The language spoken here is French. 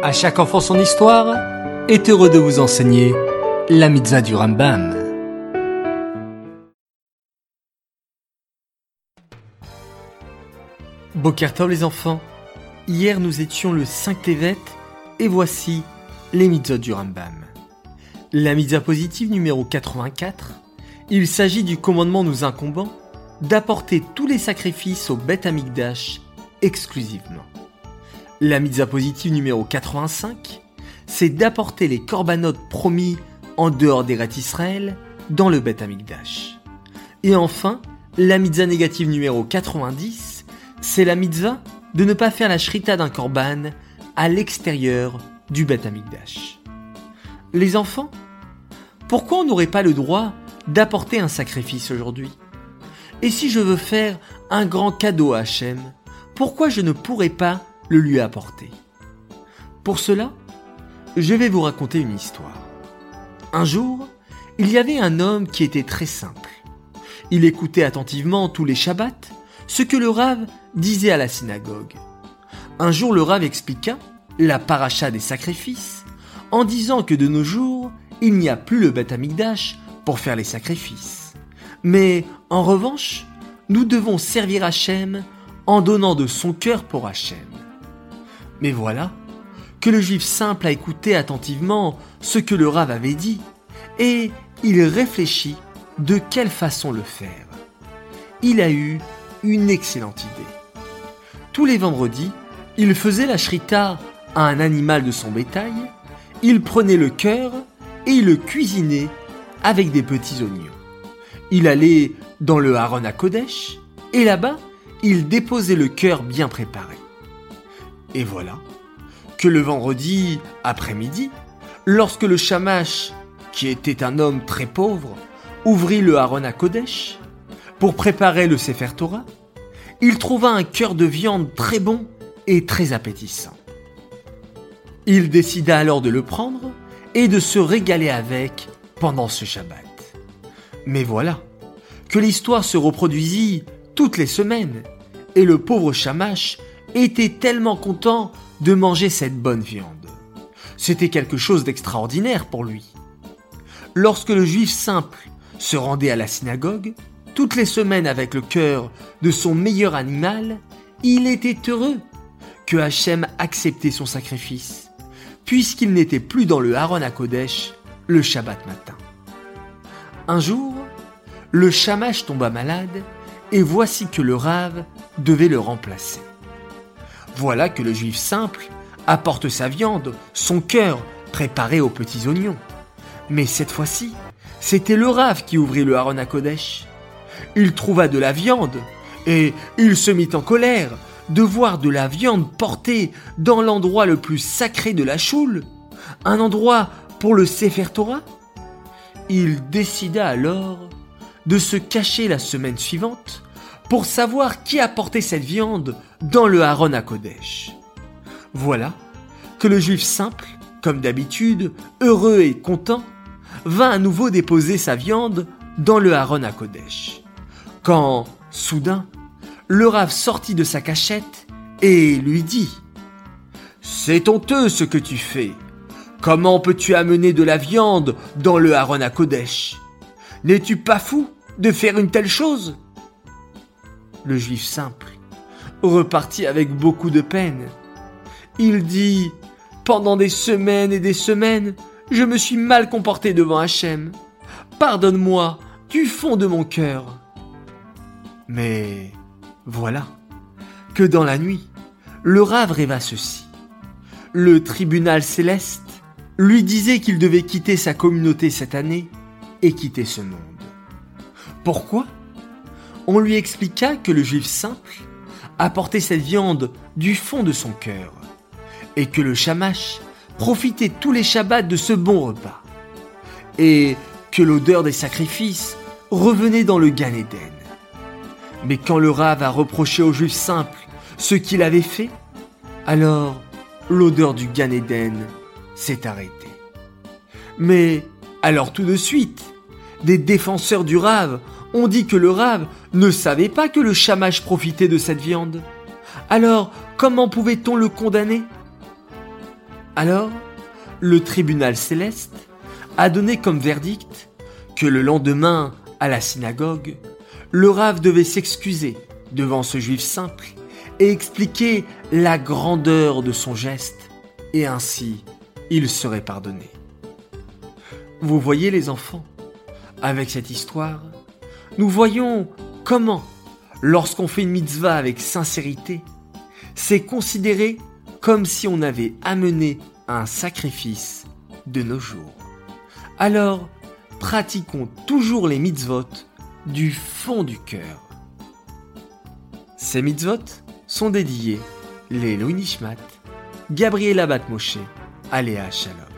À chaque enfant son histoire est heureux de vous enseigner la mitzvah du Rambam. Boker Tov les enfants, hier nous étions le 5 Tevet et voici les mitzvot du Rambam. La mitzvah positive numéro 84, il s'agit du commandement nous incombant d'apporter tous les sacrifices au Beth Amikdash exclusivement. La mitzvah positive numéro 85, c'est d'apporter les corbanotes promis en dehors d'Eretz Israël dans le Beth Amikdash. Et enfin, la mitzvah négative numéro 90, c'est la mitzvah de ne pas faire la shrita d'un korban à l'extérieur du Beth Amikdash. Les enfants, pourquoi on n'aurait pas le droit d'apporter un sacrifice aujourd'hui ? Et si je veux faire un grand cadeau à Hachem, pourquoi je ne pourrais pas le lui apporter ? Pour cela, je vais vous raconter une histoire. Un jour, il y avait un homme qui était très simple. Il écoutait attentivement tous les Shabbats ce que le Rav disait à la synagogue. Un jour, le Rav expliqua la paracha des sacrifices en disant que de nos jours, il n'y a plus le Beth Amikdash pour faire les sacrifices. Mais en revanche, nous devons servir Hachem en donnant de son cœur pour Hachem. Mais voilà que le juif simple a écouté attentivement ce que le Rav avait dit et il réfléchit de quelle façon le faire. Il a eu une excellente idée. Tous les vendredis, il faisait la shrita à un animal de son bétail, il prenait le cœur et il le cuisinait avec des petits oignons. Il allait dans le Aron HaKodesh et là-bas, il déposait le cœur bien préparé. Et voilà que le vendredi après-midi, lorsque le Shamash, qui était un homme très pauvre, ouvrit le Aron HaKodesh pour préparer le Sefer Torah, il trouva un cœur de viande très bon et très appétissant. Il décida alors de le prendre et de se régaler avec pendant ce Shabbat. Mais voilà que l'histoire se reproduisit toutes les semaines et le pauvre Shamash était tellement content de manger cette bonne viande. C'était quelque chose d'extraordinaire pour lui. Lorsque le juif simple se rendait à la synagogue, toutes les semaines avec le cœur de son meilleur animal, il était heureux que Hachem acceptait son sacrifice, puisqu'il n'était plus dans le Aron HaKodesh le Shabbat matin. Un jour, le Shamash tomba malade et voici que le Rav devait le remplacer. Voilà que le juif simple apporte sa viande, son cœur préparé aux petits oignons. Mais cette fois-ci, c'était le Rav qui ouvrit le Aron HaKodesh. Il trouva de la viande et il se mit en colère de voir de la viande portée dans l'endroit le plus sacré de la choule, un endroit pour le Sefer Torah. Il décida alors de se cacher la semaine suivante pour savoir qui apportait cette viande dans le Aron HaKodesh. Voilà que le juif simple, comme d'habitude, heureux et content, vint à nouveau déposer sa viande dans le Aron HaKodesh. Quand, soudain, le Rav sortit de sa cachette et lui dit « C'est honteux ce que tu fais. Comment peux-tu amener de la viande dans le Aron HaKodesh ? N'es-tu pas fou de faire une telle chose ?» Le juif simple repartit avec beaucoup de peine. Il dit « Pendant des semaines et des semaines, je me suis mal comporté devant Hachem. Pardonne-moi du fond de mon cœur. » Mais voilà que dans la nuit, le Rav rêva ceci. Le tribunal céleste lui disait qu'il devait quitter sa communauté cette année et quitter ce monde. Pourquoi ? On lui expliqua que le juif simple apportait cette viande du fond de son cœur et que le Shamash profitait tous les Shabbats de ce bon repas et que l'odeur des sacrifices revenait dans le Gan Eden. Mais quand le Rav a reproché au juif simple ce qu'il avait fait, alors l'odeur du Gan Eden s'est arrêtée. Mais alors tout de suite, des défenseurs du Rav ont dit que le Rav ne savait pas que le Shamash profitait de cette viande. Alors, comment pouvait-on le condamner ? Alors, le tribunal céleste a donné comme verdict que le lendemain, à la synagogue, le Rav devait s'excuser devant ce juif simple et expliquer la grandeur de son geste, et ainsi il serait pardonné. Vous voyez les enfants, avec cette histoire, nous voyons comment, lorsqu'on fait une mitzvah avec sincérité, c'est considéré comme si on avait amené un sacrifice de nos jours. Alors, pratiquons toujours les mitzvot du fond du cœur. Ces mitzvot sont dédiés les Louis Nishmat, Gabriela Bat Moshe, Aléa Shalom.